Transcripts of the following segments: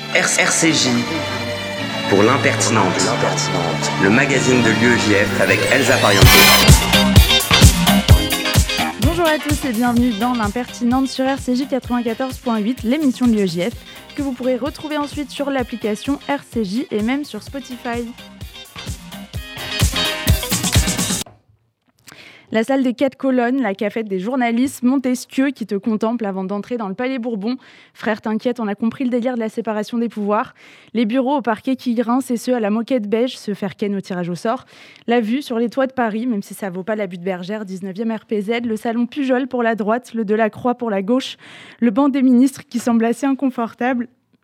RCJ pour l'impertinente, le magazine de l'UEJF avec Elsa Parianto. Bonjour à tous et bienvenue dans l'impertinente sur RCJ 94.8, l'émission de l'UEJF, que vous pourrez retrouver ensuite sur l'application RCJ et même sur Spotify. La salle des 4 colonnes, la cafette des journalistes, Montesquieu qui te contemple avant d'entrer dans le Palais Bourbon. Frère, t'inquiète, on a compris le délire de la séparation des pouvoirs. Les bureaux au parquet qui grincent et ceux à la moquette beige, se faire ken au tirage au sort. La vue sur les toits de Paris, même si ça vaut pas la butte Bergère, 19e RPZ. Le salon Pujol pour la droite, le Delacroix pour la gauche. Le banc des ministres qui semble assez inconfortable.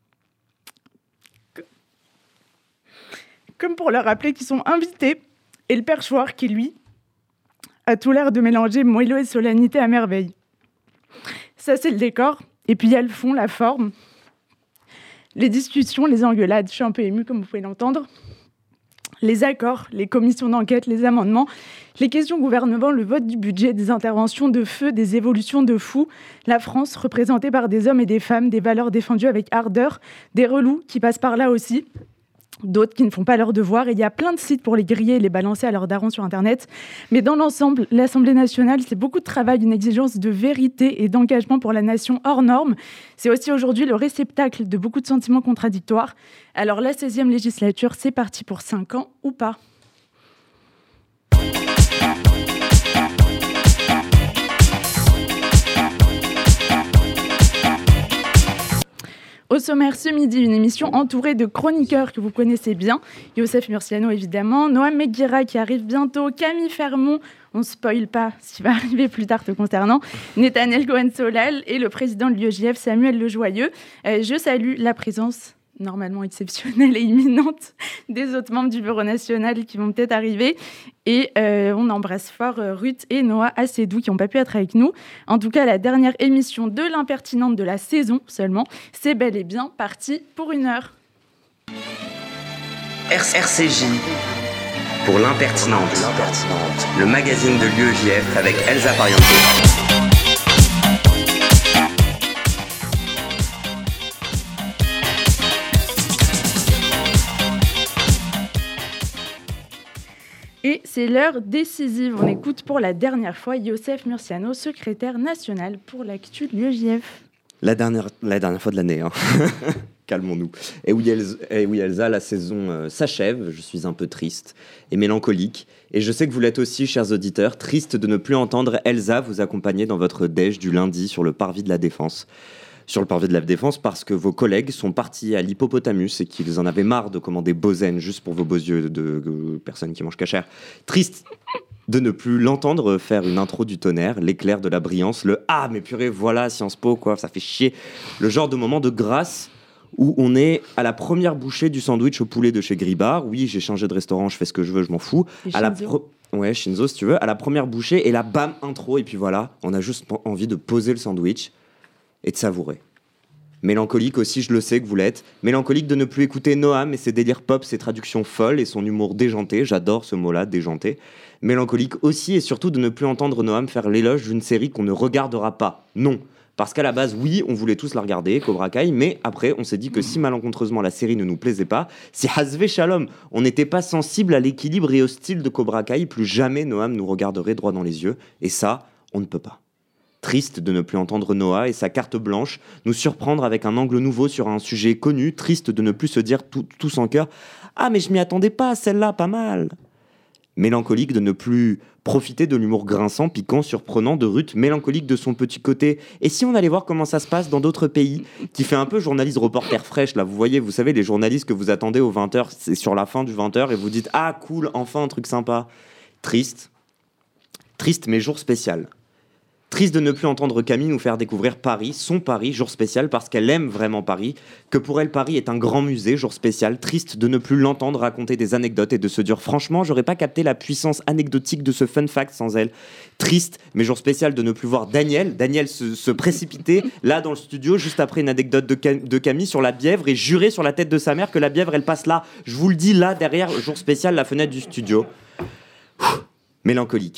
Comme pour leur rappeler qu'ils sont invités. Et le perchoir qui, lui, a tout l'air de mélanger moelleux et solennité à merveille. Ça, c'est le décor. Et puis, il y a le fond, la forme. Les discussions, les engueulades. Je suis un peu émue, comme vous pouvez l'entendre. Les accords, les commissions d'enquête, les amendements, les questions gouvernement, le vote du budget, des interventions de feu, des évolutions de fou. La France, représentée par des hommes et des femmes, des valeurs défendues avec ardeur, des relous qui passent par là aussi. D'autres qui ne font pas leur devoir, et il y a plein de sites pour les griller et les balancer à leurs darons sur Internet. Mais dans l'ensemble, l'Assemblée nationale, c'est beaucoup de travail, une exigence de vérité et d'engagement pour la nation hors norme. C'est aussi aujourd'hui le réceptacle de beaucoup de sentiments contradictoires. Alors la 16e législature, c'est parti pour 5 ans ou pas ? Au sommaire ce midi, une émission entourée de chroniqueurs que vous connaissez bien. Youssef Murciano évidemment, Noam Meguira qui arrive bientôt, Camille Fermont, on ne spoil pas ce qui va arriver plus tard te concernant, Netanel Cohen-Solal et le président de l'UEJF Samuel Lejoyeux. Je salue la présence normalement exceptionnelle et imminente des autres membres du Bureau national qui vont peut-être arriver. Et on embrasse fort Ruth et Noah Assedou qui n'ont pas pu être avec nous. En tout cas, la dernière émission de l'impertinente de la saison seulement, c'est bel et bien parti pour 1 heure. RCJ pour l'impertinente, le magazine de l'UEJF avec Elsa Parianto. Et c'est l'heure décisive. On écoute pour la dernière fois Youssef Murciano, secrétaire national pour l'actu de l'UEJF. La dernière fois de l'année, hein. Calmons-nous. Et oui, Elsa, la saison s'achève. Je suis un peu triste et mélancolique. Et je sais que vous l'êtes aussi, chers auditeurs, triste de ne plus entendre Elsa vous accompagner dans votre déj du lundi sur le parvis de la Défense. Sur le parvis de la Défense parce que vos collègues sont partis à l'hippopotamus et qu'ils en avaient marre de commander Bozen juste pour vos beaux yeux de personnes qui mangent cachère. Triste de ne plus l'entendre faire une intro du tonnerre, l'éclair de la brillance, le « Ah, mais purée, voilà, Sciences Po, quoi, ça fait chier ». Le genre de moment de grâce où on est à la première bouchée du sandwich au poulet de chez Gribard. Oui, j'ai changé de restaurant, je fais ce que je veux, je m'en fous. Ouais, Shinzo, si tu veux. À la première bouchée, et là, bam, intro, et puis voilà, on a juste envie de poser le sandwich et de savourer. Mélancolique aussi, je le sais que vous l'êtes. Mélancolique de ne plus écouter Noam et ses délires pop, ses traductions folles et son humour déjanté. J'adore ce mot-là, déjanté. Mélancolique aussi et surtout de ne plus entendre Noam faire l'éloge d'une série qu'on ne regardera pas. Non. Parce qu'à la base, oui, on voulait tous la regarder, Cobra Kai, mais après, on s'est dit que si malencontreusement la série ne nous plaisait pas, c'est Hazvé Shalom. On n'était pas sensible à l'équilibre et au style de Cobra Kai. Plus jamais Noam nous regarderait droit dans les yeux. Et ça, on ne peut pas. Triste de ne plus entendre Noah et sa carte blanche nous surprendre avec un angle nouveau sur un sujet connu. Triste de ne plus se dire tous en cœur « Ah, mais je m'y attendais pas, celle-là, pas mal !» Mélancolique de ne plus profiter de l'humour grinçant, piquant, surprenant de Ruth. Mélancolique de son petit côté « Et si on allait voir comment ça se passe dans d'autres pays ?» qui fait un peu journaliste reporter fraîche, là. Vous savez, les journalistes que vous attendez aux 20h, c'est sur la fin du 20h et vous dites « Ah, cool, enfin un truc sympa !» Triste mais jour spécial. Triste de ne plus entendre Camille nous faire découvrir Paris, son Paris, jour spécial, parce qu'elle aime vraiment Paris, que pour elle, Paris est un grand musée, jour spécial. Triste de ne plus l'entendre raconter des anecdotes et de se dire « Franchement, j'aurais pas capté la puissance anecdotique de ce fun fact sans elle. » Triste, mais jour spécial de ne plus voir Daniel se précipiter, là, dans le studio, juste après une anecdote de Camille sur la Bièvre et jurer sur la tête de sa mère que la Bièvre, elle passe là. Je vous le dis, là, derrière, jour spécial, la fenêtre du studio. Mélancolique.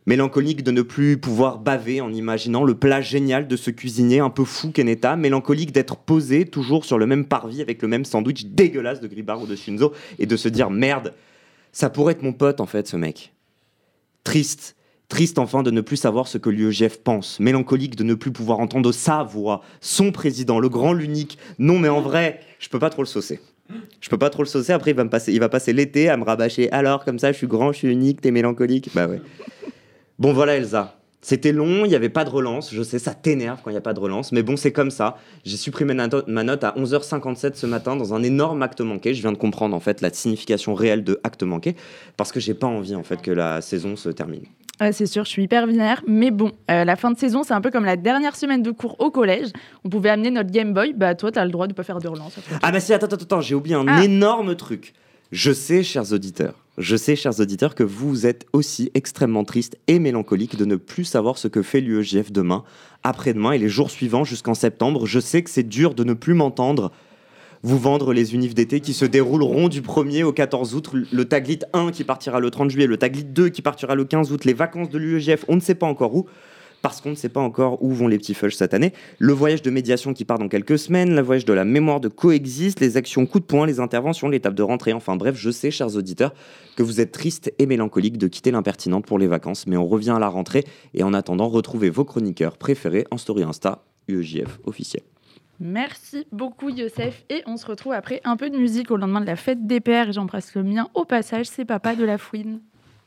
Mélancolique de ne plus pouvoir baver en imaginant le plat génial de ce cuisinier un peu fou qu'est Neta. Mélancolique d'être posé toujours sur le même parvis avec le même sandwich dégueulasse de Gribard ou de Shinzo et de se dire merde, ça pourrait être mon pote en fait ce mec. Triste enfin de ne plus savoir ce que l'UEJF pense. Mélancolique de ne plus pouvoir entendre sa voix, son président, le grand, l'unique. Non mais en vrai, je peux pas trop le saucer. Après il va passer l'été à me rabâcher. Alors comme ça je suis grand, je suis unique, t'es mélancolique. Bah ouais. Bon voilà Elsa, c'était long, il n'y avait pas de relance, je sais ça t'énerve quand il n'y a pas de relance, mais bon c'est comme ça, j'ai supprimé ma note à 11h57 ce matin dans un énorme acte manqué, je viens de comprendre en fait la signification réelle de acte manqué, parce que j'ai pas envie en fait que la saison se termine. C'est sûr, je suis hyper binaire, mais bon, la fin de saison c'est un peu comme la dernière semaine de cours au collège, on pouvait amener notre Game Boy, bah toi t'as le droit de pas faire de relance. Ah bah si, attends, j'ai oublié un énorme truc. Je sais, chers auditeurs, que vous êtes aussi extrêmement tristes et mélancoliques de ne plus savoir ce que fait l'UEJF demain, après-demain et les jours suivants jusqu'en septembre. Je sais que c'est dur de ne plus m'entendre vous vendre les unifs d'été qui se dérouleront du 1er au 14 août, le Taglit 1 qui partira le 30 juillet, le Taglit 2 qui partira le 15 août, les vacances de l'UEJF, on ne sait pas encore où, parce qu'on ne sait pas encore où vont les petits fudges cette année, le voyage de médiation qui part dans quelques semaines, le voyage de la mémoire de coexiste, les actions coup de poing, les interventions, l'étape de rentrée, enfin bref, je sais, chers auditeurs, que vous êtes tristes et mélancoliques de quitter l'impertinente pour les vacances, mais on revient à la rentrée, et en attendant, retrouvez vos chroniqueurs préférés en story Insta, UEJF officiel. Merci beaucoup Youssef, et on se retrouve après un peu de musique au lendemain de la fête des pères, et j'embrasse le mien au passage, c'est Papa de la Fouine.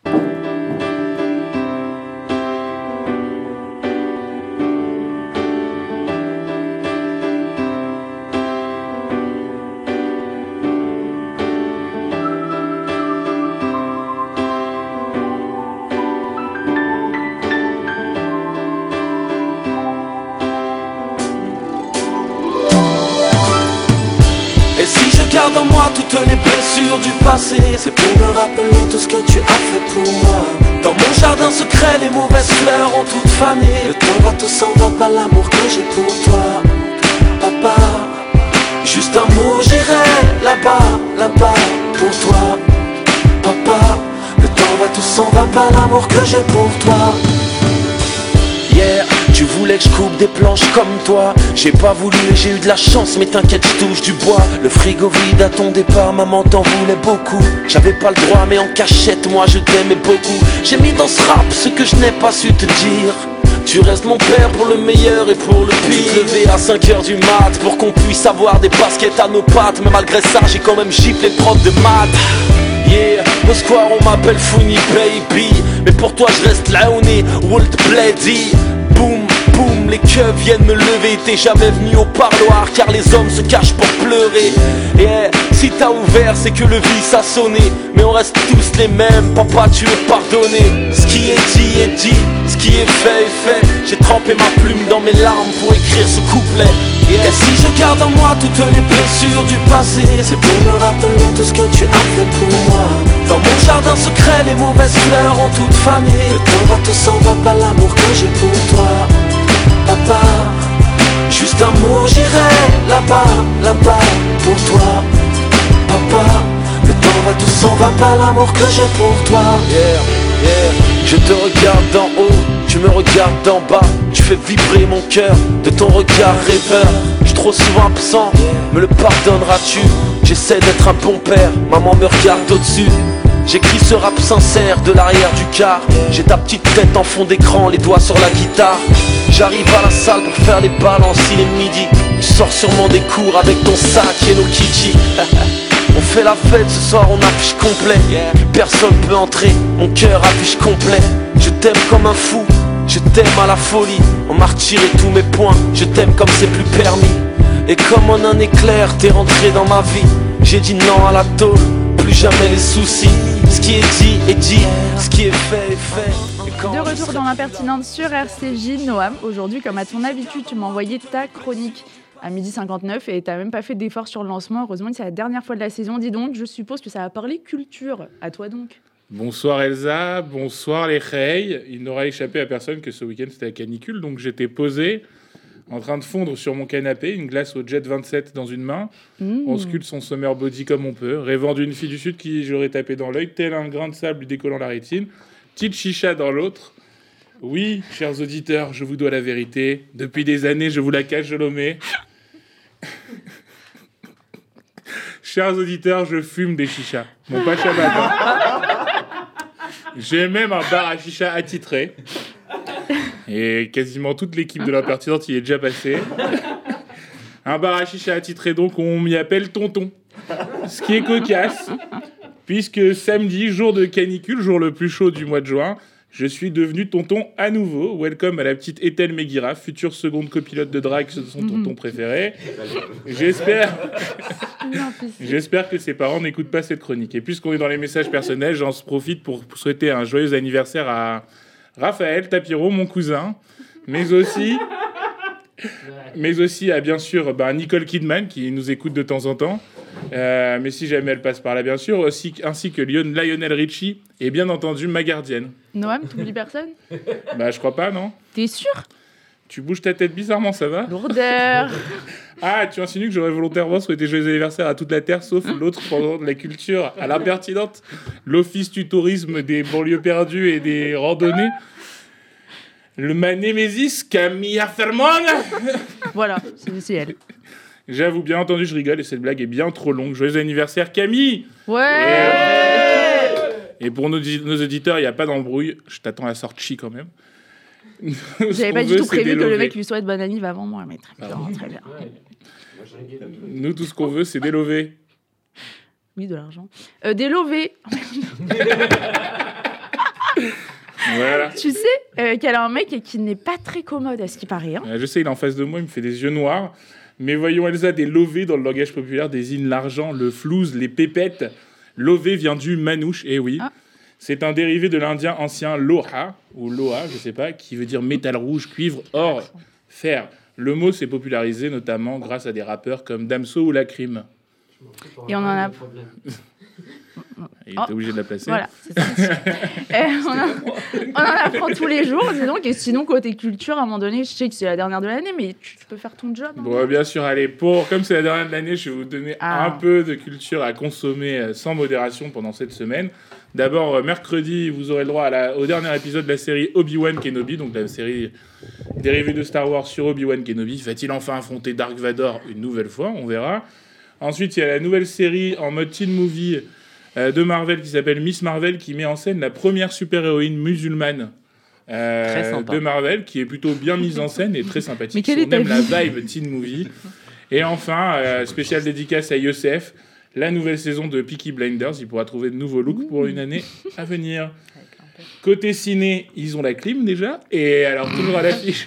Garde en moi toutes les blessures du passé. C'est pour me rappeler tout ce que tu as fait pour moi. Dans mon jardin secret, les mauvaises fleurs ont toutes fané. Le temps va, tout s'en va, pas l'amour que j'ai pour toi, papa. Juste un mot, j'irai là-bas pour toi, papa. Le temps va, tout s'en va, pas l'amour que j'ai pour toi. Hier, tu voulais que je coupe des planches comme toi. J'ai pas voulu et j'ai eu de la chance, mais t'inquiète, je touche du bois. Le frigo vide à ton départ, maman t'en voulait beaucoup. J'avais pas le droit, mais en cachette, moi je t'aimais beaucoup. J'ai mis dans ce rap ce que je n'ai pas su te dire. Tu restes mon père pour le meilleur et pour le pire. Je lever à 5h du mat pour qu'on puisse avoir des baskets à nos pattes. Mais malgré ça, j'ai quand même giflé les profs de maths. Yeah, au square on m'appelle Founi Baby, mais pour toi je reste là on est World Bloody. Boum, boum, les keufs viennent me lever. T'es jamais venu au parloir car les hommes se cachent pour pleurer. Yeah, si t'as ouvert c'est que le vice a sonné. Mais on reste tous les mêmes, papa tu es pardonné. Ce qui est dit est dit, ce qui est fait. J'ai trempé ma plume dans mes larmes pour écrire ce couplet. Yeah. Et si je garde en moi toutes les blessures du passé, c'est pour me rappeler tout ce que tu as fait pour moi. Dans mon jardin secret, les mauvaises fleurs ont toutes fané. Le temps va, tout s'en va, pas l'amour que j'ai pour toi, papa. Juste un mot, j'irai là-bas pour toi, papa. Le temps va, tout s'en va, pas l'amour que j'ai pour toi. Yeah. Je te regarde d'en haut, tu me regardes d'en bas. Tu fais vibrer mon cœur de ton regard rêveur. Je suis trop souvent absent, me le pardonneras-tu? J'essaie d'être un bon père, maman me regarde au-dessus. J'écris ce rap sincère de l'arrière du car. J'ai ta petite tête en fond d'écran, les doigts sur la guitare. J'arrive à la salle pour faire les balances, il est midi. Tu sors sûrement des cours avec ton sac et nos kitschis. On fait la fête ce soir, on affiche complet. Plus personne peut entrer, mon cœur affiche complet. Je t'aime comme un fou, je t'aime à la folie. On m'a retiré tous mes points, je t'aime comme c'est plus permis. Et comme en un éclair, t'es rentré dans ma vie. J'ai dit non à la tôle, plus jamais les soucis. Ce qui est dit est dit, ce qui est fait est fait. De retour dans l'impertinente sur RCJ, Noam. Aujourd'hui, comme à ton habitude, tu m'as envoyé ta chronique à 12h59 et t'as même pas fait d'effort sur le lancement. Heureusement que c'est la dernière fois de la saison. Dis donc, je suppose que ça va parler culture. À toi donc. Bonsoir Elsa, bonsoir les Rey. Il n'aura échappé à personne que ce week-end c'était la canicule, donc j'étais posé en train de fondre sur mon canapé, une glace au Jet 27 dans une main. On sculpte son summer body comme on peut, rêvant d'une fille du Sud qui j'aurais tapé dans l'œil, tel un grain de sable lui décollant la rétine, petite chicha dans l'autre, Oui, chers auditeurs, je vous dois la vérité. Depuis des années, je vous la cache, je l'omets. Chers auditeurs, je fume des chichas. Mon pas Shabbat. J'ai même un bar à chicha attitré. Et quasiment toute l'équipe de l'impertinente y est déjà passée. Un bar à chicha attitré, donc on m'y appelle Tonton. Ce qui est cocasse, puisque samedi, jour de canicule, jour le plus chaud du mois de juin, je suis devenu tonton à nouveau. Welcome à la petite Ethel Meguira, future seconde copilote de drague de son tonton préféré. J'espère que ses parents n'écoutent pas cette chronique. Et puisqu'on est dans les messages personnels, j'en profite pour souhaiter un joyeux anniversaire à Raphaël Tapiro, mon cousin, mais aussi à, bien sûr, Nicole Kidman, qui nous écoute de temps en temps. Mais si jamais elle passe par là, bien sûr, ainsi que Lionel Richie et bien entendu ma gardienne. Noam, t'oublies personne? Je crois pas, non? T'es sûr? Tu bouges ta tête bizarrement, ça va? Lourdeur. Ah, tu insinues que j'aurais volontairement souhaité joyeux anniversaire à toute la Terre, sauf l'autre pendant de la culture, à l'impertinente, l'office du tourisme des banlieues perdues et des randonnées. Ma némésis, Camilla Fermon. Voilà, c'est elle. J'avoue, bien entendu, je rigole et cette blague est bien trop longue. Joyeux anniversaire, Camille! Ouais! Et pour nos auditeurs, il n'y a pas d'embrouille. Je t'attends à la sortie quand même. J'avais pas du tout prévu que le mec lui souhaite bonne anniv avant moi, mais très bien. Très bien. Nous, tout ce qu'on veut, c'est délover. Oui, de l'argent. Délover. Voilà. Tu sais qu'elle a un mec qui n'est pas très commode à ce qui paraît. Hein. Je sais, il est en face de moi, il me fait des yeux noirs. Mais voyons, Elsa, des lovés dans le langage populaire désignent l'argent, le flouze, les pépettes. Lové vient du manouche, et oui. Ah. C'est un dérivé de l'indien ancien loha, ou loha, je sais pas, qui veut dire métal rouge, cuivre, or, fer. Le mot s'est popularisé notamment grâce à des rappeurs comme Damso ou Lacrim. Et on en a... Il était obligé de la placer. Voilà, c'est ça. On en apprend tous les jours, dis donc. Et sinon, côté culture, à un moment donné, je sais que c'est la dernière de l'année, mais tu peux faire ton job. Hein. Bon, bien sûr, allez, comme c'est la dernière de l'année, je vais vous donner un peu de culture à consommer sans modération pendant cette semaine. D'abord, mercredi, vous aurez le droit au dernier épisode de la série Obi-Wan Kenobi, donc la série dérivée de Star Wars sur Obi-Wan Kenobi. Va-t-il enfin affronter Dark Vador une nouvelle fois? On verra. Ensuite, il y a la nouvelle série en mode teen movie de Marvel qui s'appelle Miss Marvel, qui met en scène la première super-héroïne musulmane de Marvel, qui est plutôt bien mise en scène et très sympathique. On aime la vibe teen movie. Et enfin, spécial dédicace à Youssef, la nouvelle saison de Peaky Blinders. Il pourra trouver de nouveaux looks pour une année à venir. Côté ciné, ils ont la clim déjà. Et alors, toujours à l'affiche...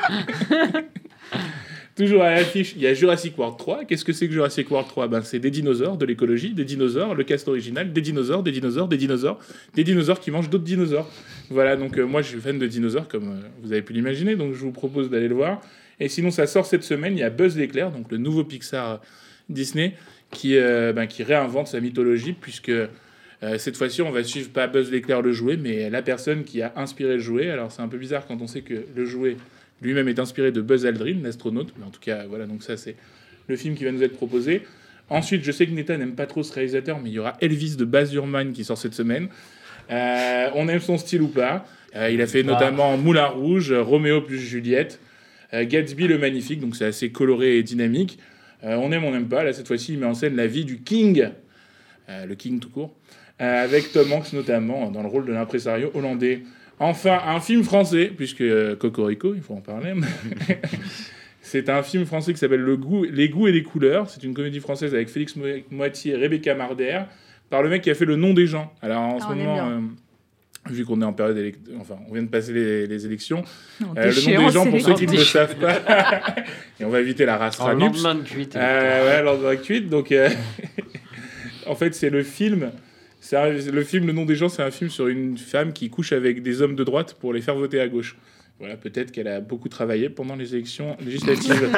Toujours à l'affiche, il y a Jurassic World 3. Qu'est-ce que c'est que Jurassic World 3 ? C'est des dinosaures, de l'écologie, des dinosaures, le cast original, des dinosaures qui mangent d'autres dinosaures. Voilà, donc moi je suis fan de dinosaures, comme vous avez pu l'imaginer, donc je vous propose d'aller le voir. Et sinon, ça sort cette semaine, il y a Buzz l'éclair, donc le nouveau Pixar Disney, qui réinvente sa mythologie, puisque cette fois-ci, on va suivre pas Buzz l'éclair le jouet, mais la personne qui a inspiré le jouet. Alors c'est un peu bizarre quand on sait que le jouet lui-même est inspiré de Buzz Aldrin, l'astronaute. Mais en tout cas, voilà, donc ça, c'est le film qui va nous être proposé. Ensuite, je sais que Neta n'aime pas trop ce réalisateur, mais il y aura Elvis de Baz Luhrmann qui sort cette semaine. On aime son style ou pas. Il a fait notamment Moulin Rouge, Roméo plus Juliette, Gatsby le Magnifique, donc c'est assez coloré et dynamique. On aime, on n'aime pas. Là, cette fois-ci, il met en scène la vie du King, le King tout court, avec Tom Hanks notamment, dans le rôle de l'impresario hollandais. Enfin, un film français, puisque Cocorico, il faut en parler. C'est un film français qui s'appelle Les goûts et les couleurs. C'est une comédie française avec Félix Moitié et Rebecca Marder, par le mec qui a fait Le nom des gens. Alors en ce moment, vu qu'on est en période on vient de passer les élections, Le nom des gens, pour ceux qui ne le savent pas, et on va éviter la race Ranups. Lendemain de cuite. Lendemain de cuite. Donc, en fait, c'est le film... Le nom des gens, c'est un film sur une femme qui couche avec des hommes de droite pour les faire voter à gauche. Voilà, peut-être qu'elle a beaucoup travaillé pendant les élections législatives.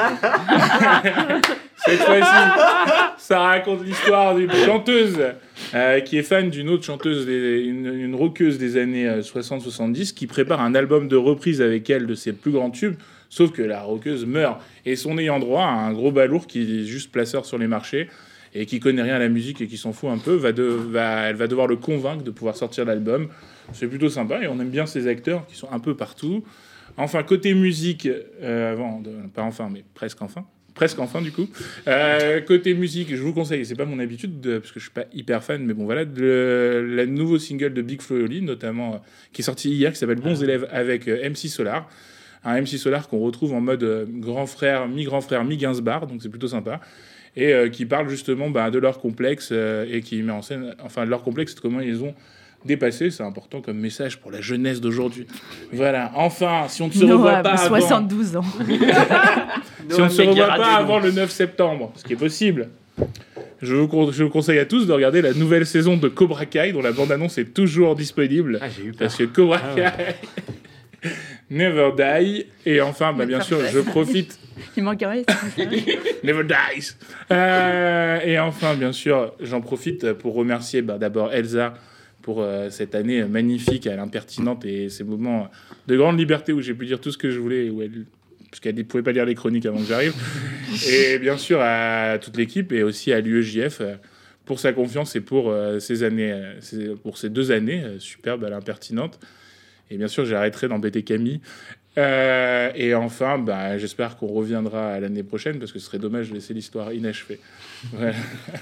Cette fois-ci, ça raconte l'histoire d'une chanteuse qui est fan d'une autre chanteuse, une rockeuse des années 60-70, qui prépare un album de reprise avec elle de ses plus grands tubes, sauf que la rockeuse meurt. Et son ayant droit, un gros balourd qui est juste placeur sur les marchés, et qui connaît rien à la musique et qui s'en fout un peu, elle va devoir le convaincre de pouvoir sortir l'album. c'est plutôt sympa et on aime bien ces acteurs qui sont un peu partout. Enfin, côté musique, pas enfin, mais presque enfin du coup. Côté musique, je vous conseille, c'est pas mon habitude parce que je suis pas hyper fan, mais bon voilà, le nouveau single de Big Flo et Oli, notamment qui est sorti hier, qui s'appelle Bons élèves avec MC Solar. Un MC Solar qu'on retrouve en mode grand frère, mi-Gainsbourg, donc c'est plutôt sympa. Et qui parle justement de leur complexe et qui met en scène, enfin de leur complexe, de comment ils ont dépassé. C'est important comme message pour la jeunesse d'aujourd'hui. Voilà. Enfin, si on ne se revoit pas 72 ans. Si on ne se revoit pas avant le 9 septembre, ce qui est possible, je vous conseille à tous de regarder la nouvelle saison de Cobra Kai, dont la bande-annonce est toujours disponible. J'ai eu peur. Parce que Cobra Kai never die. Et enfin, bien sûr, je profite... Il manquerait. Never dies. Et enfin, bien sûr, j'en profite pour remercier d'abord Elsa pour cette année magnifique à l'impertinente et ces moments de grande liberté où j'ai pu dire tout ce que je voulais, parce qu'elle ne pouvait pas lire les chroniques avant que j'arrive. Et bien sûr à toute l'équipe et aussi à l'UEJF pour sa confiance et pour ces 2 années superbes à l'impertinente. Et bien sûr, j'arrêterai d'embêter Camille. Et enfin, j'espère qu'on reviendra à l'année prochaine parce que ce serait dommage de laisser l'histoire inachevée. Voilà.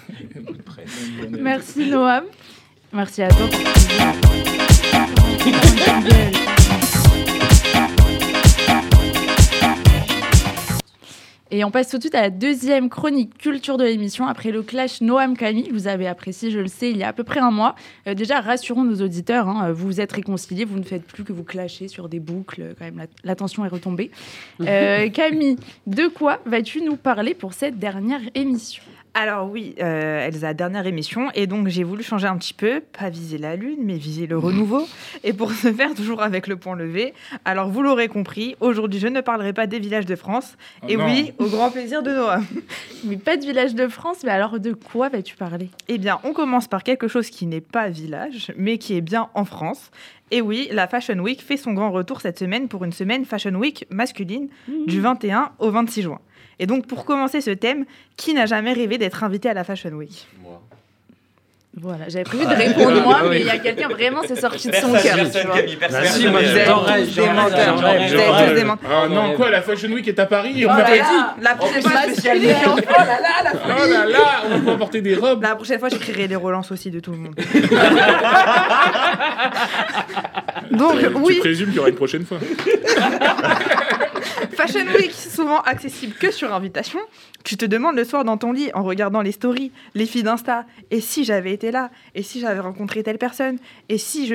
Merci Noam. Merci à toi. Et on passe tout de suite à la deuxième chronique culture de l'émission. Après le clash Noam-Camille, vous avez apprécié, je le sais, il y a à peu près un mois. Déjà, rassurons nos auditeurs, vous vous êtes réconciliés, vous ne faites plus que vous clasher sur des boucles. Quand même, la tension est retombée. Camille, de quoi vas-tu nous parler pour cette dernière émission ? Alors oui, Elsa, dernière émission, et donc j'ai voulu changer un petit peu, pas viser la lune, mais viser le renouveau, et pour ce faire, toujours avec le point levé. Alors vous l'aurez compris, aujourd'hui je ne parlerai pas des villages de France, oui, au grand plaisir de Noam. Mais pas de village de France, mais alors de quoi vas-tu parler ? Eh bien, on commence par quelque chose qui n'est pas village, mais qui est bien en France. Et oui, la Fashion Week fait son grand retour cette semaine pour une semaine Fashion Week masculine du 21 au 26 juin. Et donc, pour commencer ce thème, qui n'a jamais rêvé d'être invité à la Fashion Week ? Moi. Voilà, j'avais prévu de répondre moi, mais il y a quelqu'un vraiment, c'est sorti de son cœur. Merci, moi des menteurs. Ah non, quoi, la Fashion Week est à Paris, on Oh m'a pas là dit. là, la prochaine fois, je masculine. Oh là là, on peut porter des robes. La prochaine fois, j'écrirai les relances aussi de tout le monde. Donc, oui, Tu présumes qu'il y aura une prochaine fois. Fashion Week, souvent accessible que sur invitation. Tu te demandes le soir dans ton lit, en regardant les stories, les filles d'Insta, et si j'avais été là, et si j'avais rencontré telle personne, et si je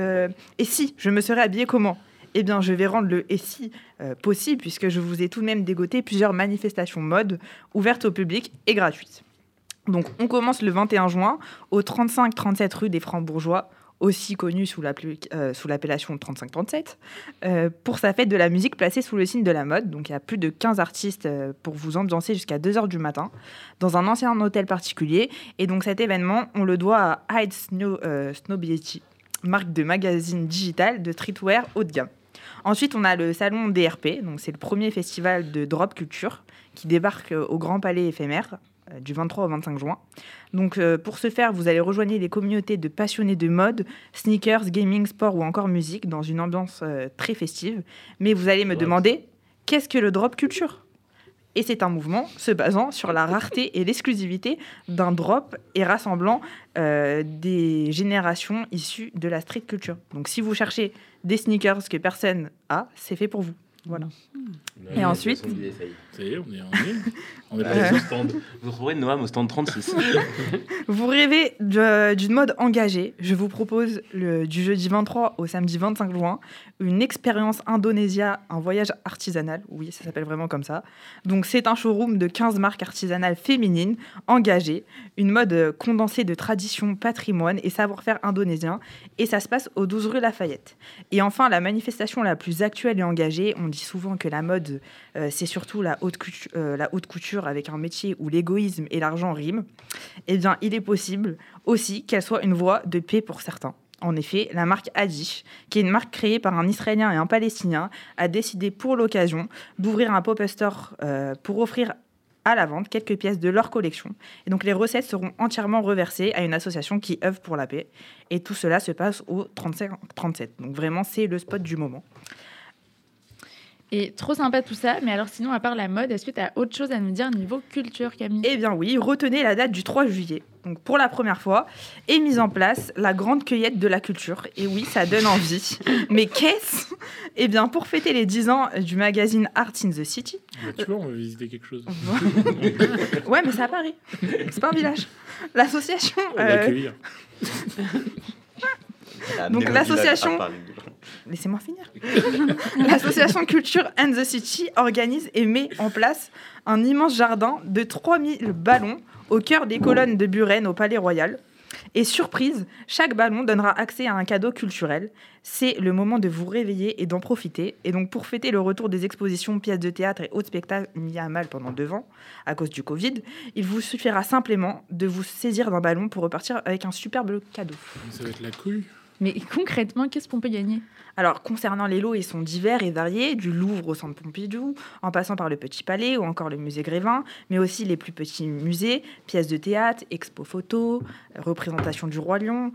me serais habillée comment ? Eh bien, je vais rendre le « et si » possible, puisque je vous ai tout de même dégoté plusieurs manifestations mode ouvertes au public et gratuites. Donc, on commence le 21 juin au 35-37 rue des Francs-Bourgeois, aussi connu sous l'appellation 35-37, pour sa fête de la musique placée sous le signe de la mode. Donc il y a plus de 15 artistes pour vous ambiancer jusqu'à 2h du matin, dans un ancien hôtel particulier. Et donc cet événement, on le doit à Hyde Snobiety, marque de magazine digital de streetwear haut de gamme. Ensuite, on a le salon DRP, donc c'est le premier festival de drop culture qui débarque au Grand Palais éphémère du 23 au 25 juin. Donc, pour ce faire, vous allez rejoindre les communautés de passionnés de mode, sneakers, gaming, sport ou encore musique dans une ambiance très festive. Mais vous allez me demander, qu'est-ce que le drop culture ? Et c'est un mouvement se basant sur la rareté et l'exclusivité d'un drop et rassemblant des générations issues de la street culture. Donc, si vous cherchez des sneakers que personne a, c'est fait pour vous. Voilà. Et ensuite... Ça y est, on est pas au stand. Vous trouverez Noam au stand 36. Vous rêvez d'une mode engagée. Je vous propose du jeudi 23 au samedi 25 juin une expérience Indonésia, un voyage artisanal. Oui, ça s'appelle vraiment comme ça. Donc c'est un showroom de 15 marques artisanales féminines engagées, une mode condensée de tradition, patrimoine et savoir-faire indonésien. Et ça se passe au 12 rue Lafayette. Et enfin, la manifestation la plus actuelle et engagée, on dit souvent que la mode, c'est surtout la haute couture avec un métier où l'égoïsme et l'argent riment. Eh bien, il est possible aussi qu'elle soit une voie de paix pour certains. En effet, la marque Adish, qui est une marque créée par un Israélien et un Palestinien, a décidé pour l'occasion d'ouvrir un pop-up store pour offrir à la vente quelques pièces de leur collection. Et donc les recettes seront entièrement reversées à une association qui œuvre pour la paix. Et tout cela se passe au 35-37. Donc vraiment, c'est le spot du moment. Et trop sympa tout ça, mais alors sinon, à part la mode, est-ce que tu as autre chose à nous dire niveau culture, Camille ? Eh bien oui, retenez la date du 3 juillet. Donc pour la première fois, est mise en place la grande cueillette de la culture. Et oui, ça donne envie. Mais qu'est-ce ? Eh bien, pour fêter les 10 ans du magazine Art in the City... Tu vois, on va visiter quelque chose. Ouais, mais c'est à Paris. C'est pas un village. L'association... On va accueillir. Donc l'association... Laissez-moi finir. L'association Culture and the City organise et met en place un immense jardin de 3000 ballons au cœur des colonnes de Buren au Palais Royal. Et surprise, chaque ballon donnera accès à un cadeau culturel. C'est le moment de vous réveiller et d'en profiter. Et donc pour fêter le retour des expositions, pièces de théâtre et autres spectacles mis à mal pendant 2 ans à cause du Covid, il vous suffira simplement de vous saisir d'un ballon pour repartir avec un superbe cadeau. Ça va être la couille. Mais concrètement, qu'est-ce qu'on peut gagner ? Alors, concernant les lots, ils sont divers et variés, du Louvre au Centre Pompidou, en passant par le Petit Palais ou encore le musée Grévin, mais aussi les plus petits musées, pièces de théâtre, expo photo, représentation du Roi Lion.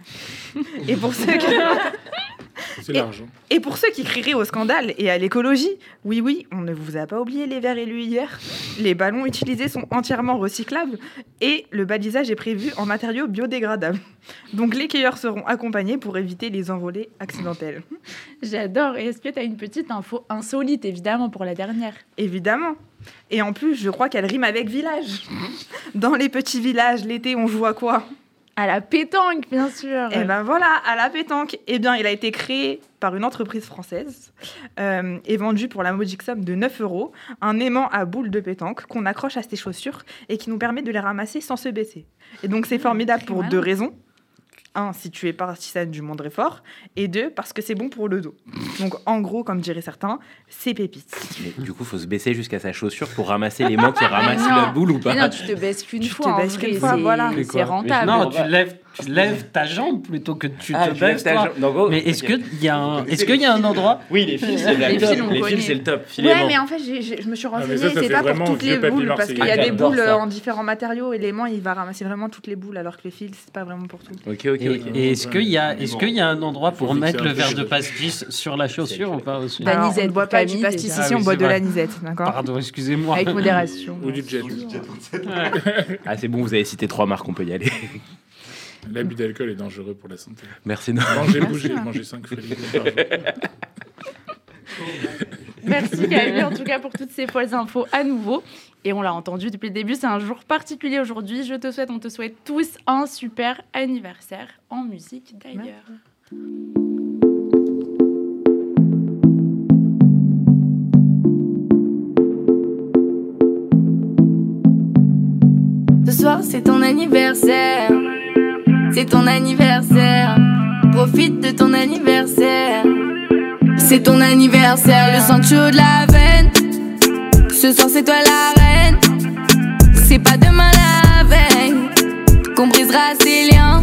Et pour ceux qui... C'est l'argent. Et pour ceux qui crieraient au scandale et à l'écologie, oui, on ne vous a pas oublié les verres élus hier. Les ballons utilisés sont entièrement recyclables et le balisage est prévu en matériaux biodégradables. Donc les cueilleurs seront accompagnés pour éviter les envolées accidentelles. J'adore. Et est-ce que tu as une petite info insolite, évidemment, pour la dernière ? Évidemment. Et en plus, je crois qu'elle rime avec village. Dans les petits villages, l'été, on joue à quoi ? À la pétanque, bien sûr. Et ben voilà, à la pétanque. Eh bien, il a été créé par une entreprise française et vendu pour la modique somme de 9 €, un aimant à boules de pétanque qu'on accroche à ses chaussures et qui nous permet de les ramasser sans se baisser. Et donc, c'est formidable pour 2 raisons. 1, si tu es partisane du moindre effort, et 2, parce que c'est bon pour le dos. Donc, en gros, comme diraient certains, c'est pépite. Mais du coup, il faut se baisser jusqu'à sa chaussure pour ramasser l'aimant qui ramasse la boule ou pas ? Mais non, tu te baisses qu'une fois. Voilà. C'est rentable. Non, tu lèves ta jambe plutôt que tu te baisses toi. Mais est-ce qu'il y a un endroit... Oui, les fils, c'est Les le fils, top. on Les connaît. fils, c'est le top. Ouais, mais en fait, je me suis renseignée, ça c'est fait pas vraiment pour toutes les vieux papier boules, parce Marseille. qu'il y a des J'adore boules ça. en différents matériaux, et l'aimant, il va ramasser vraiment toutes les boules, alors que les fils, c'est pas vraiment pour tout. Ok. Et est-ce qu'il y a un endroit pour Faut mettre fixer le un verre peu de les pastis sur la chaussure ou pas aussi? Bah, Alors, L'anisette, on ne boit pas du Camille, pastis déjà. ici, Ah on oui, boit c'est de vrai. l'anisette, d'accord? Pardon, excusez-moi. Avec modération. Ou du jet. Ah, c'est bon, vous avez cité 3 marques, on peut y aller. L'abus d'alcool est dangereux pour la santé. Merci, non. Manger 5 fruits et légumes par jour. Merci Camille, en tout cas, pour toutes ces folles infos à nouveau. Et on l'a entendu depuis le début, c'est un jour particulier aujourd'hui. On te souhaite tous un super anniversaire en musique d'ailleurs. Ce soir c'est ton anniversaire. C'est ton anniversaire. Profite de ton anniversaire. C'est ton anniversaire. Le sang chaud de la veine. Ce soir c'est toi la reine. C'est pas demain la veille qu'on brisera ces liens.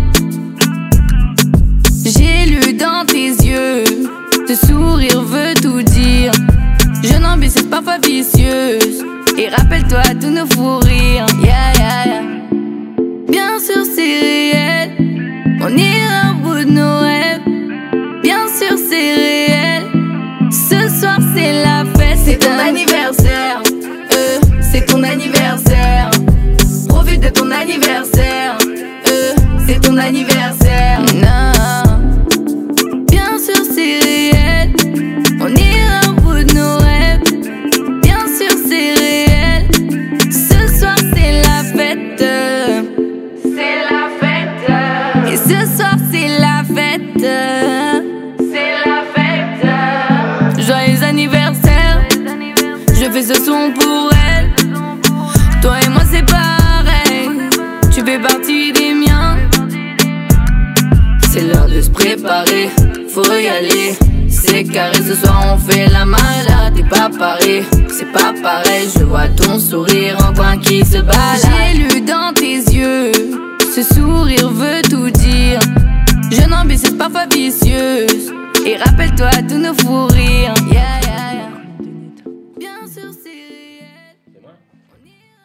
J'ai lu dans tes yeux. Ce sourire veut tout dire. Jeune ambitieuse parfois vicieuse. Et rappelle-toi tous nos fous rires. Yeah, yeah, yeah. Bien sûr c'est réel. On ira au bout de nos rêves. Bien sûr c'est réel. Ce soir c'est la fête. C'est ton anniversaire. C'est ton anniversaire. Profite de ton anniversaire. C'est ton anniversaire. Non. Bien sûr c'est réel. On ira au bout de nos rêves. Bien sûr c'est réel. Ce soir c'est la fête. C'est la fête. Et ce soir c'est la fête. C'est la fête. Joyeux anniversaire. Je fais ce son pour elle. Toi et moi c'est pareil. Tu fais partie des miens. C'est l'heure de se préparer. Faut y aller. C'est carré, ce soir on fait la malade. T'es pas pareil, c'est pas pareil. Je vois ton sourire en coin qui se balade. J'ai lu dans tes yeux. Ce sourire veut tout dire. Jeune ambitieuse parfois vicieuse. Et rappelle-toi tous nos fous rires. Yeah, yeah, yeah. Bien sûr c'est réel.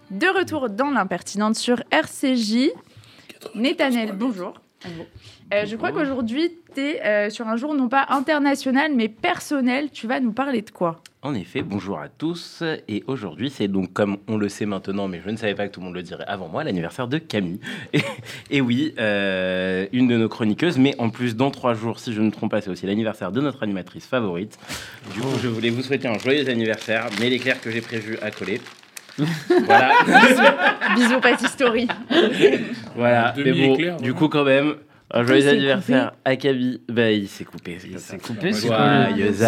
De retour dans l'impertinente sur RCJ. Nathanaël, bonjour. Je crois qu'aujourd'hui, tu es sur un jour non pas international, mais personnel. Tu vas nous parler de quoi ? En effet, bonjour à tous. Et aujourd'hui, c'est donc, comme on le sait maintenant, mais je ne savais pas que tout le monde le dirait avant moi, l'anniversaire de Camille. Et oui, une de nos chroniqueuses, mais en plus, dans 3 jours, si je ne me trompe pas, c'est aussi l'anniversaire de notre animatrice favorite. Du coup, je voulais vous souhaiter un joyeux anniversaire, mais l'éclair que j'ai prévu à coller. Voilà. Bisous, Patty Story. Voilà, mais bon, du coup, quand même, un joyeux anniversaire à Camille. Bah, il s'est coupé. Joyeux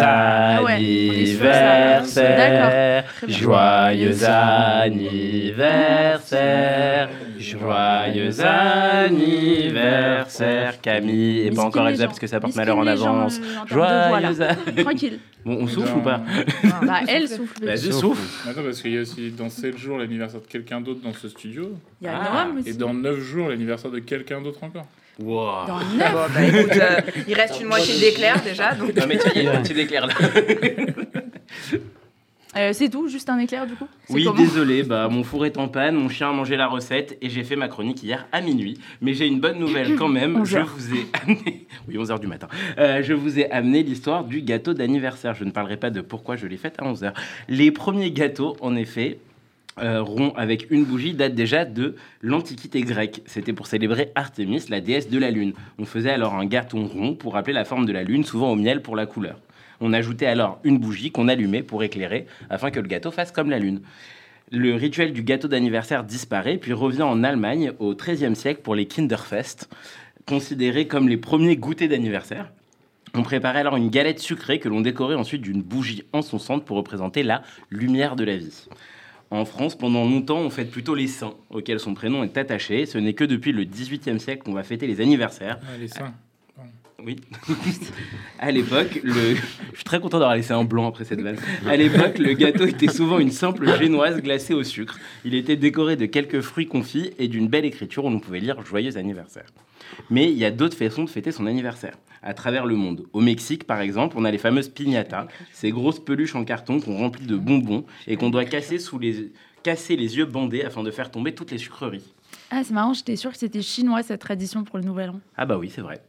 anniversaire. Joyeux anniversaire. Joyeux anniversaire, Camille. Et pas encore Elsa parce que ça porte malheur en avance. Joyeux Tranquille. Bon, on souffle ou pas? Bah, elle souffle. Bah, je souffle. Attends, parce qu'il y a aussi dans 7 jours l'anniversaire de quelqu'un d'autre dans ce studio. Il y a Noam aussi. Et dans 9 jours l'anniversaire de quelqu'un d'autre encore. Wow. Dans 9 Bon, bah, écoute, il reste une moitié d'éclair déjà. Donc... Non, mais tiens, il y a une moitié d'éclair là. C'est tout, juste un éclair du coup. Oui, désolé, mon four est en panne, mon chien a mangé la recette et j'ai fait ma chronique hier à minuit. Mais j'ai une bonne nouvelle quand même, je vous ai amené... Oui, 11h du matin. Je vous ai amené l'histoire du gâteau d'anniversaire. Je ne parlerai pas de pourquoi je l'ai faite à 11h. Les premiers gâteaux, en effet, ronds avec une bougie, datent déjà de l'Antiquité grecque. C'était pour célébrer Artémis, la déesse de la lune. On faisait alors un gâteau rond pour rappeler la forme de la lune, souvent au miel pour la couleur. On ajoutait alors une bougie qu'on allumait pour éclairer, afin que le gâteau fasse comme la lune. Le rituel du gâteau d'anniversaire disparaît, puis revient en Allemagne au XIIIe siècle pour les Kinderfest, considérés comme les premiers goûters d'anniversaire. On préparait alors une galette sucrée que l'on décorait ensuite d'une bougie encensante pour représenter la lumière de la vie. En France, pendant longtemps, on fête plutôt les saints, auxquels son prénom est attaché. Ce n'est que depuis le XVIIIe siècle qu'on va fêter les anniversaires. Ah, les saints. Oui. À l'époque, je suis très content d'avoir laissé un blanc après cette vanne. À l'époque, le gâteau était souvent une simple génoise glacée au sucre. Il était décoré de quelques fruits confits et d'une belle écriture où l'on pouvait lire « Joyeux anniversaire ». Mais il y a d'autres façons de fêter son anniversaire, à travers le monde. Au Mexique, par exemple, on a les fameuses piñatas, ces grosses peluches en carton qu'on remplit de bonbons et qu'on doit casser les yeux bandés afin de faire tomber toutes les sucreries. Ah, c'est marrant, j'étais sûre que c'était chinois cette tradition pour le Nouvel An. Ah bah oui, c'est vrai.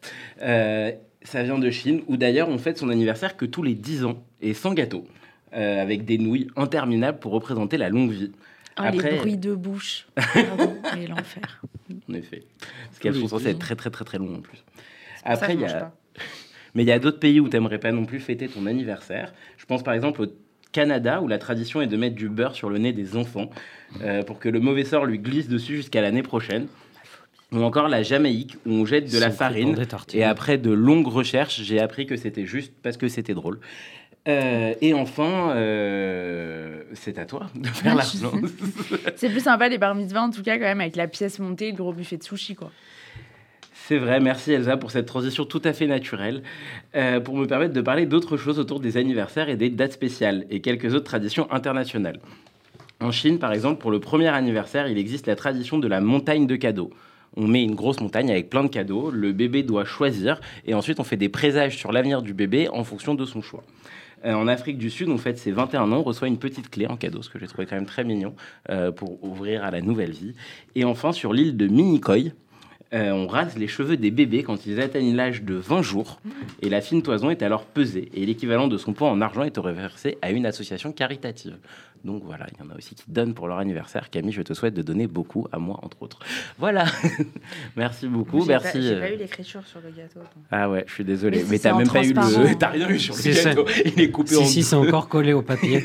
Ça vient de Chine, où d'ailleurs on fête son anniversaire que tous les 10 ans, et sans gâteau, avec des nouilles interminables pour représenter la longue vie. Oh, après... les bruits de bouche. Pardon, mais l'enfer. En effet. Parce qu'elles sont censées être très très très très longues en plus. Après, il y a... Mais il y a d'autres pays où tu n'aimerais pas non plus fêter ton anniversaire. Je pense par exemple au Canada, où la tradition est de mettre du beurre sur le nez des enfants pour que le mauvais sort lui glisse dessus jusqu'à l'année prochaine. Ou encore la Jamaïque, où on jette de la farine. Et après de longues recherches, j'ai appris que c'était juste parce que c'était drôle. Et enfin, c'est à toi de faire l'argent. C'est plus sympa les bar mitzvahs, en tout cas, quand même, avec la pièce montée et le gros buffet de sushi, quoi. C'est vrai, merci Elsa pour cette transition tout à fait naturelle, pour me permettre de parler d'autres choses autour des anniversaires et des dates spéciales, et quelques autres traditions internationales. En Chine, par exemple, pour le premier anniversaire, il existe la tradition de la montagne de cadeaux. On met une grosse montagne avec plein de cadeaux, le bébé doit choisir, et ensuite on fait des présages sur l'avenir du bébé en fonction de son choix. En Afrique du Sud, on fête ses 21 ans, on reçoit une petite clé en cadeau, ce que j'ai trouvé quand même très mignon, pour ouvrir à la nouvelle vie. Et enfin, sur l'île de Minicoy, on rase les cheveux des bébés quand ils atteignent l'âge de 20 jours, et la fine toison est alors pesée, et l'équivalent de son poids en argent est reversé à une association caritative. Donc voilà, il y en a aussi qui donnent pour leur anniversaire. Camille, je te souhaite de donner beaucoup, à moi entre autres. Voilà, merci beaucoup. J'ai pas eu l'écriture sur le gâteau. Donc. Ah ouais, je suis désolé, mais t'as même pas eu le... T'as rien eu sur le gâteau, il est coupé en deux. Si, c'est encore collé au papier.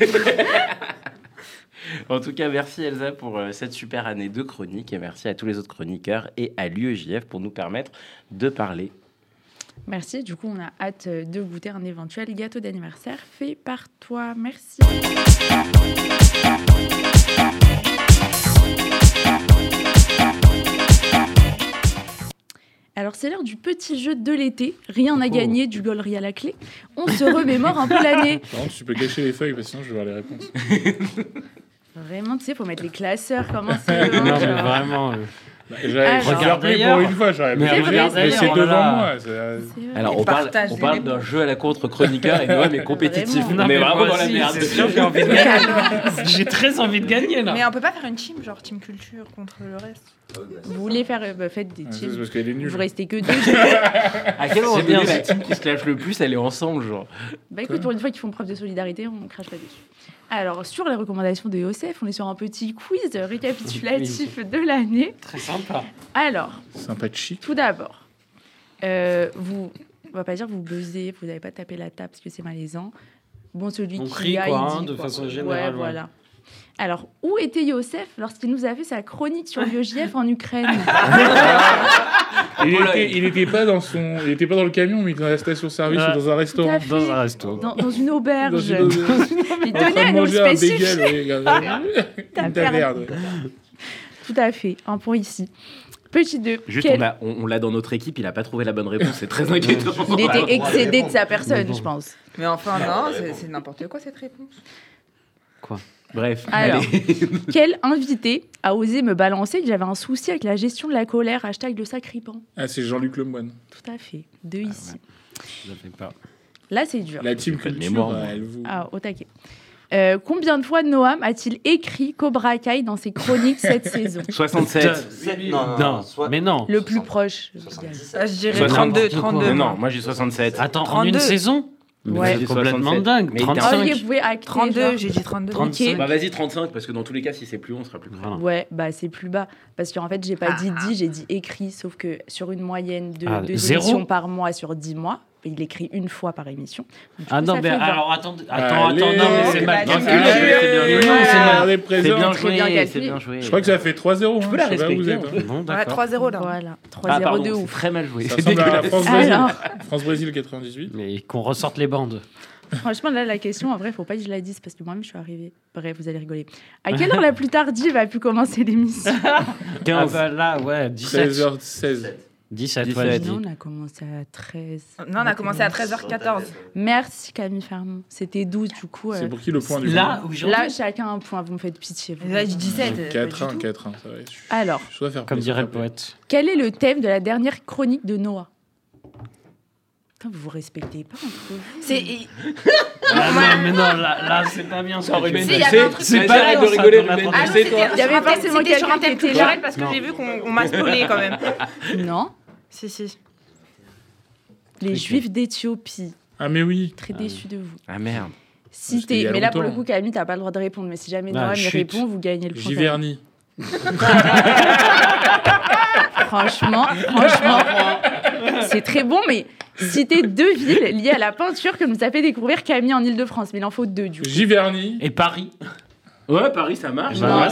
En tout cas, merci Elsa pour cette super année de chronique et merci à tous les autres chroniqueurs et à l'UEJF pour nous permettre de parler. Merci, du coup on a hâte de goûter un éventuel gâteau d'anniversaire fait par toi. Merci. Alors c'est l'heure du petit jeu de l'été, rien à gagner, du gaulerie à la clé. On se remémore un peu l'année. Par contre, tu peux cacher les feuilles parce que sinon je vais voir les réponses. Vraiment, tu sais, faut mettre les classeurs, comment c'est. Non, mais vraiment. Regardez pour une fois, j'aurais mais c'est devant moi. Alors on parle d'un jeu à la contre chroniqueur et Noam est compétitif. On est vraiment dans la merde. J'ai envie de gagner. J'ai très envie de gagner là. Mais on peut pas faire une team, genre team culture contre le reste. Vous voulez faire faites des teams. Parce qu'elle est nulle. Vous restez que 2. À quel moment bien la team qui se lâche le plus, elle est ensemble genre. Bah écoute, pour une fois qu'ils font preuve de solidarité, on crache pas dessus. Alors, sur les recommandations de Youssef, on est sur un petit quiz récapitulatif de l'année. Très sympa. Alors, sympathique. Tout d'abord, on va pas dire vous buzzez, vous n'avez pas tapé la table parce que c'est malaisant. Bon, celui on qui crie, a, quoi, il dit, de quoi. façon générale. Ouais, voilà. Alors, où était Youssef lorsqu'il nous a fait sa chronique sur l'UEJF en Ukraine? Il était pas dans le camion, mais dans la station-service ou dans un restaurant. Dans un restaurant. Dans une auberge. Il tenait à nous spécifier. Ta merde. Tout à fait. Un point ici. Petit 2. Juste, on l'a dans notre équipe, il a pas trouvé la bonne réponse, c'est très inquiétant. Il était excédé de sa personne, je pense. Mais enfin, non, c'est n'importe quoi cette réponse. Quoi? Bref. Alors, quel invité a osé me balancer que j'avais un souci avec la gestion de la colère, # le sacripant? Ah, c'est Jean-Luc Lemoyne. Tout à fait. 2 ici. Je fais pas. Là, c'est dur. La team culture, elle vous... Ah, au taquet. Combien de fois Noam a-t-il écrit Cobra Kai dans ses chroniques cette saison? 67. Non, mais non. Le plus proche. Je dirais 32. Non, moi j'ai 67. Attends, 32. En une saison? Ouais, c'est complètement dingue. Mais 35. Vous pouvez acter, 32, j'ai dit 32. 35. Bah vas-y 35 parce que dans tous les cas si c'est plus haut on sera plus près. Ouais, bah c'est plus bas parce qu'en fait j'ai pas dit j'ai dit écrit, sauf que sur une moyenne de 2 émissions par mois sur 10 mois, il écrit une fois par émission. Ah non, mais alors attends, non mais c'est mal calculé. C'est bien joué. Je crois que ça fait 3-0. Tu peux la respecter. Bon, d'accord. 3-0 là. Voilà, 3-0 de ouf. Très mal joué. Ça ressemble à France-Brésil 98. Mais qu'on ressorte les bandes. Franchement, là, la question, en vrai, faut pas que je la dise parce que moi-même, je suis arrivée. Bref, vous allez rigoler. À quelle heure la plus tardive a pu commencer l'émission? 15. Ah bah là, ouais, 17. 13h16. 17, ouais. Non, on a commencé à 13. Non, on a commencé à 13h14. Merci Camille Fermont. C'était 12 du coup. C'est pour qui le point du là, chacun un point. Vous me faites pitié. Là, je 17. 4-1, 4-1. Ça va. Alors, comme dirait le poète. Quel est le thème de la dernière chronique de Noah? Putain, vous vous respectez pas entre vous. C'est. non, mais non, là c'est pas bien. Ça c'est pas arrête de rigoler. Il y avait forcément quelqu'un sur un thème culturel parce que j'ai vu qu'on m'a spoilé quand même. Non. Si. Les Juifs d'Éthiopie. Ah mais oui. Très déçus de vous. Ah merde. Cité. Mais là pour le coup, Camille, t'as pas le droit de répondre. Mais si jamais Noam y répond, vous gagnez le point. Giverny. Franchement, c'est très bon, mais citez 2 villes liées à la peinture que nous a fait découvrir Camille en Ile-de-France. Mais il en faut 2 du coup. Giverny. Et Paris. Ouais, Paris, ça marche. Non,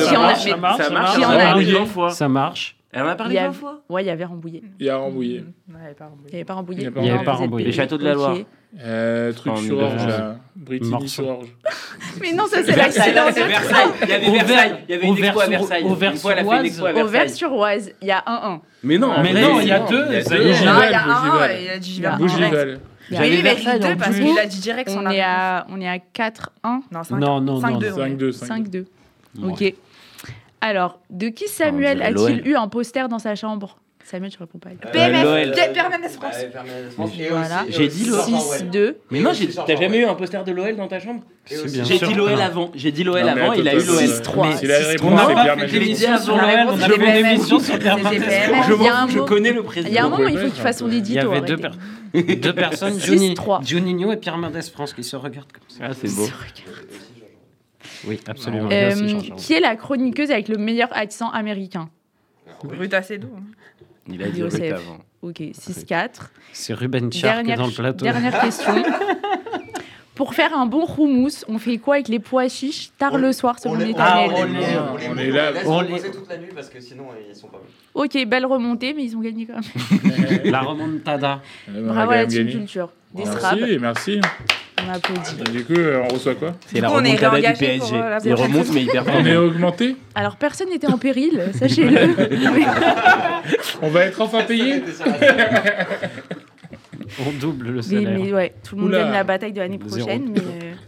Ça marche. Elle en a parlé 20 fois. Ouais, il y avait Rambouillet. Il y a Rambouillet. Il n'y avait pas Rambouillet. Il n'y avait pas Rambouillet. Les châteaux de la Loire. Truc sur Orge, là. Brittany sur Orge. Mais non, ça c'est l'accident. Versailles. Il y avait Versailles. Il y avait une expo à Versailles. Auvers-sur-Oise. Il y a 1-1. Mais non, il y a 2. Non, il y a 1-1 et il a dit Giverny. Bougival. Oui, mais 2 parce qu'il a dit direct son On est à 4-1. Non. 5-2. 5-2. Ok. Alors, de qui Samuel a-t-il eu un poster dans sa chambre? Samuel, tu réponds pas. PMF, Pierre Mendès France. Voilà. J'ai dit l'OL. 6-2. Mais non, t'as jamais eu un poster de l'OL dans ta chambre? J'ai dit l'OL avant. Il a eu l'OL. 6-3. Si la réponse c'est Pierre Mendès. Sur l'OL, on a fait une émission sur Pierre Mendès. Je connais le président. Il y a un moment, il faut qu'il fasse son édito. Il y avait 2 personnes, Juninho et Pierre Mendès France, qui se regardent comme ça. Ah, c'est beau. Oui, absolument. Qui est la chroniqueuse avec le meilleur accent américain? Ruta Sedo. Il a dit Ruta avant. Ok, 6-4. C'est Ruben Chark dans le plateau. Dernière question. Pour faire un bon houmous, on fait quoi avec les pois chiches tard le soir selon les Tanel? On est là. On les laisse toute la nuit parce que sinon ils sont pas bons. Ok, belle remontée, mais ils ont gagné quand même. La remontada. Bravo à la team culture. Des straps. Merci. On applaudit. Du coup, on reçoit quoi? C'est la remontada du PSG. Il remonte, mais il perd. On est augmenté? Alors, personne n'était en péril, sachez-le. On va être enfin payé? On double le salaire. Mais ouais, tout le monde gagne la bataille de l'année prochaine. Mais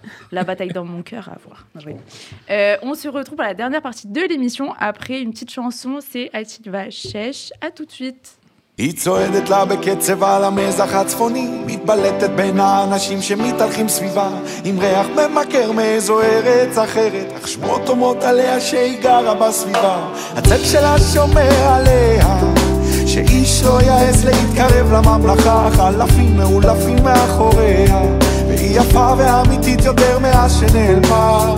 La bataille dans mon cœur à voir. Oui. On se retrouve pour la dernière partie de l'émission après une petite chanson, c'est Atilva Shesh. À tout de suite. היא צועדת לה בקצב על המזח הצפוני, מתבלטת בין האנשים שמתהלכים סביבה, עם ריח ממכר מאיזו ארץ אחרת, אך שמות תומות עליה שהיא גרה בסביבה. הצל שלה שומר עליה, שאיש לא יעז להתקרב לממלכה, חלפים מאולפים מאחוריה, והיא יפה ואמיתית יותר מאז שנעלמה.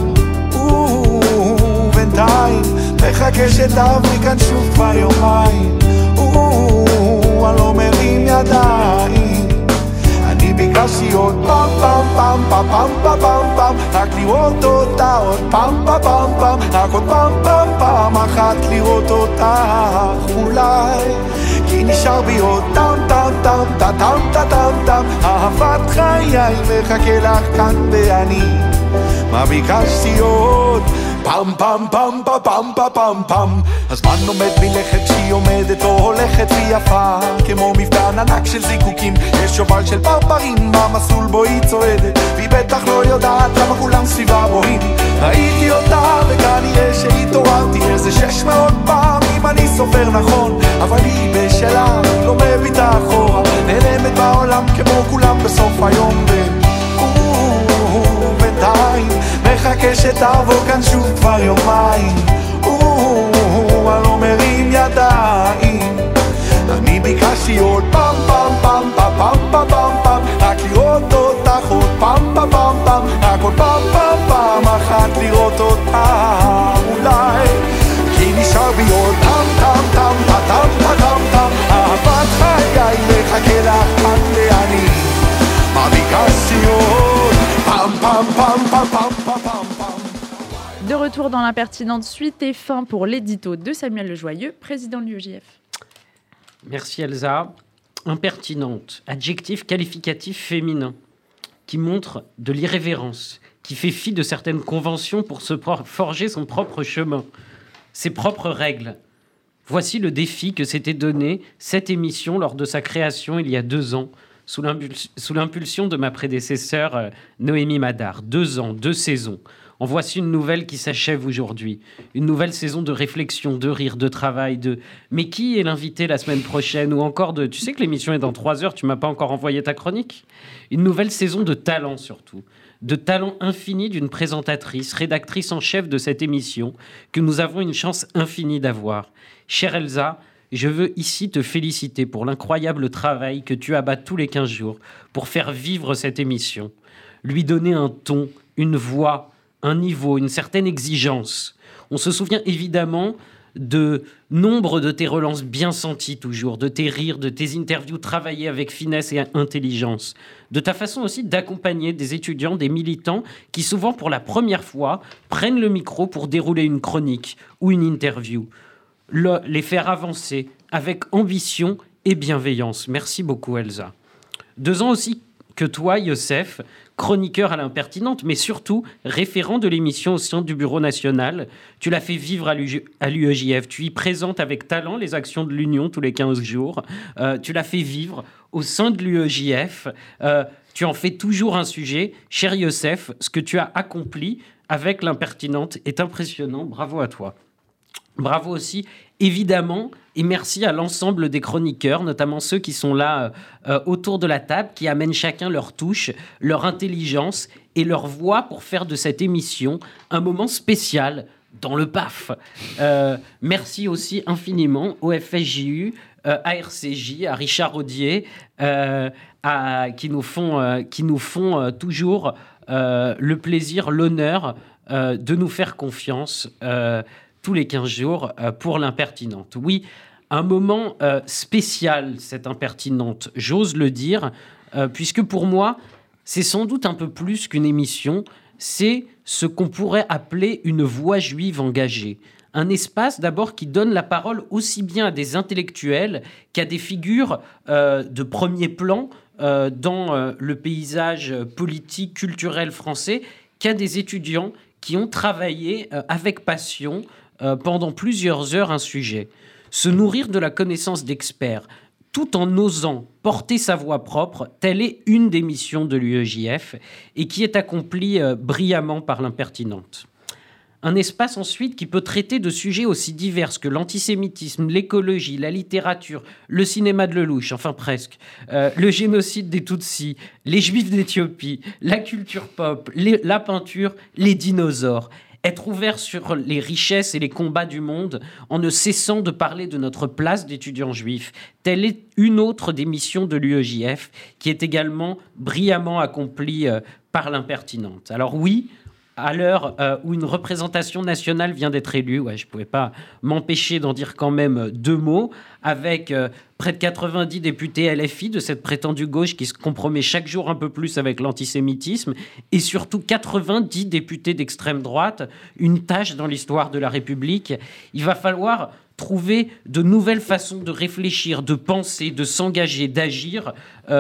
בינתיים מחכה שתעברי כאן שוב כבר יומיים, אני לא מרים ידיים, אני ביקשתי עוד פעם פעם פעם פעם פעם פעם פעם פעם, רק לראות אותה עוד פעם פעם פעם פעם, רק עוד פעם פעם פעם אחת לראות אותך אולי, כי נשאר בי עוד טם טם טם טם טם טם טם טם, אהבת חיי מחכה לך כאן ואני, מה ביקשתי עוד? פעם פעם פעם פעם פעם פעם פעם פעם, הזמן עומד מלכת כשהיא עומדת או הולכת ויפה, כמו מפגן ענק של זיקוקים, יש שובל של פרפרים במסלול בו היא צועדת, והיא בטח לא יודעת למה כולם סביבה בוהים. ראיתי אותה וכנראה שהתעוררתי איזה 600 פעם אם אני סופר נכון, אבל היא בשלה לא מביטה אחורה, נעלמת בעולם כמו כולם בסוף היום, בינתיים מחכה שתעבור כאן שוב כבר יומיים, אני לא מרים ידיים, אני ביקשתי עוד פעם פעם פעם פעם פעם פעם פעם פעם, רק לראות אותך עוד פעם פעם פעם פעם, רק עוד פעם פעם פעם אחת לראות אותך אולי, כי נשאר בי עוד טם טם טם טם טם טם טם, אהבת חיי מחכה לך כאן ואני, מה ביקשתי עוד פעם פעם פעם פעם פעם פעם פעם. De retour dans l'impertinente, suite et fin pour l'édito de Samuel Lejoyeux, président de l'UEJF. Merci Elsa. Impertinente, adjectif qualificatif féminin, qui montre de l'irrévérence, qui fait fi de certaines conventions pour se forger son propre chemin, ses propres règles. Voici le défi que s'était donné cette émission lors de sa création il y a 2 ans, sous l'impulsion de ma prédécesseur Noémie Madar. 2 ans, 2 saisons. En voici une nouvelle qui s'achève aujourd'hui. Une nouvelle saison de réflexion, de rire, de travail, de « mais qui est l'invité la semaine prochaine ?» ou encore de « tu sais que l'émission est dans 3 heures, tu m'as pas encore envoyé ta chronique ?» Une nouvelle saison de talent surtout. De talent infini d'une présentatrice, rédactrice en chef de cette émission, que nous avons une chance infinie d'avoir. Chère Elsa, je veux ici te féliciter pour l'incroyable travail que tu abats tous les 15 jours pour faire vivre cette émission. Lui donner un ton, une voix, un niveau, une certaine exigence. On se souvient évidemment de nombre de tes relances bien senties toujours, de tes rires, de tes interviews travaillées avec finesse et intelligence, de ta façon aussi d'accompagner des étudiants, des militants qui souvent pour la première fois prennent le micro pour dérouler une chronique ou une interview. Les faire avancer avec ambition et bienveillance. Merci beaucoup Elsa. 2 ans aussi que toi, Youssef, chroniqueur à l'impertinente, mais surtout référent de l'émission au sein du Bureau national. Tu l'as fait vivre à l'UEJF. Tu y présentes avec talent les actions de l'Union tous les 15 jours. Tu l'as fait vivre au sein de l'UEJF. Tu en fais toujours un sujet. Cher Youssef, ce que tu as accompli avec l'impertinente est impressionnant. Bravo à toi. Bravo aussi, évidemment, et merci à l'ensemble des chroniqueurs, notamment ceux qui sont là autour de la table, qui amènent chacun leur touche, leur intelligence et leur voix pour faire de cette émission un moment spécial dans le PAF. Merci aussi infiniment au FSJU, à RCJ, à Richard Audier, qui nous font toujours le plaisir, l'honneur de nous faire confiance tous les 15 jours pour l'impertinente. Oui, un moment spécial, cette impertinente, j'ose le dire, puisque pour moi, c'est sans doute un peu plus qu'une émission, c'est ce qu'on pourrait appeler une voix juive engagée. Un espace d'abord qui donne la parole aussi bien à des intellectuels qu'à des figures de premier plan dans le paysage politique, culturel français, qu'à des étudiants qui ont travaillé avec passion pendant plusieurs heures un sujet. Se nourrir de la connaissance d'experts, tout en osant porter sa voix propre. Telle est une des missions de l'UEJF et qui est accomplie brillamment par l'impertinente. Un espace ensuite qui peut traiter de sujets aussi divers que l'antisémitisme, l'écologie, la littérature, le cinéma de Lelouch, enfin presque, le génocide des Tutsis, les Juifs d'Éthiopie, la culture pop, la peinture, les dinosaures. Être ouvert sur les richesses et les combats du monde en ne cessant de parler de notre place d'étudiants juifs. Telle est une autre des missions de l'UEJF qui est également brillamment accomplie par l'impertinente. Alors oui, à l'heure où une représentation nationale vient d'être élue, je ne pouvais pas m'empêcher d'en dire quand même deux mots, avec près de 90 députés LFI de cette prétendue gauche qui se compromet chaque jour un peu plus avec l'antisémitisme, et surtout 90 députés d'extrême droite, une tâche dans l'histoire de la République. Il va falloir trouver de nouvelles façons de réfléchir, de penser, de s'engager, d'agir,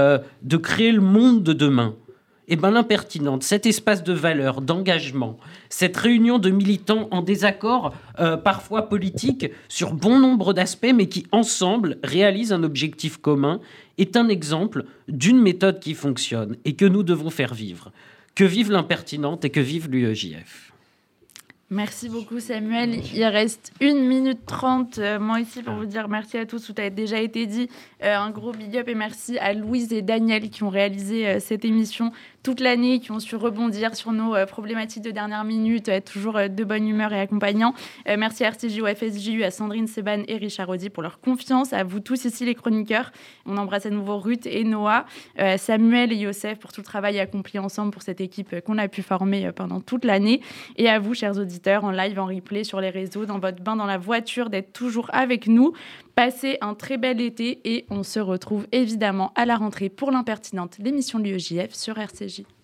de créer le monde de demain. Eh bien, l'impertinente, cet espace de valeur, d'engagement, cette réunion de militants en désaccord, parfois politique, sur bon nombre d'aspects, mais qui, ensemble, réalisent un objectif commun, est un exemple d'une méthode qui fonctionne et que nous devons faire vivre. Que vive l'impertinente et que vive l'UEJF. Merci beaucoup Samuel. Il reste 1 minute 30. Moi ici pour vous dire merci à tous. Tout a déjà été dit. Un gros big up et merci à Louise et Daniel qui ont réalisé cette émission toute l'année, qui ont su rebondir sur nos problématiques de dernière minute, être toujours de bonne humeur et accompagnants. Merci à RCJ, au FSJU, à Sandrine Seban et Richard Audy pour leur confiance. À vous tous ici les chroniqueurs. On embrasse à nouveau Ruth et Noah, Samuel et Youssef pour tout le travail accompli ensemble pour cette équipe qu'on a pu former pendant toute l'année. Et à vous, chers auditeurs, en live, en replay, sur les réseaux, dans votre bain, dans la voiture, d'être toujours avec nous. Passez un très bel été et on se retrouve évidemment à la rentrée pour l'impertinente, l'émission de l'UEJF sur RCJ.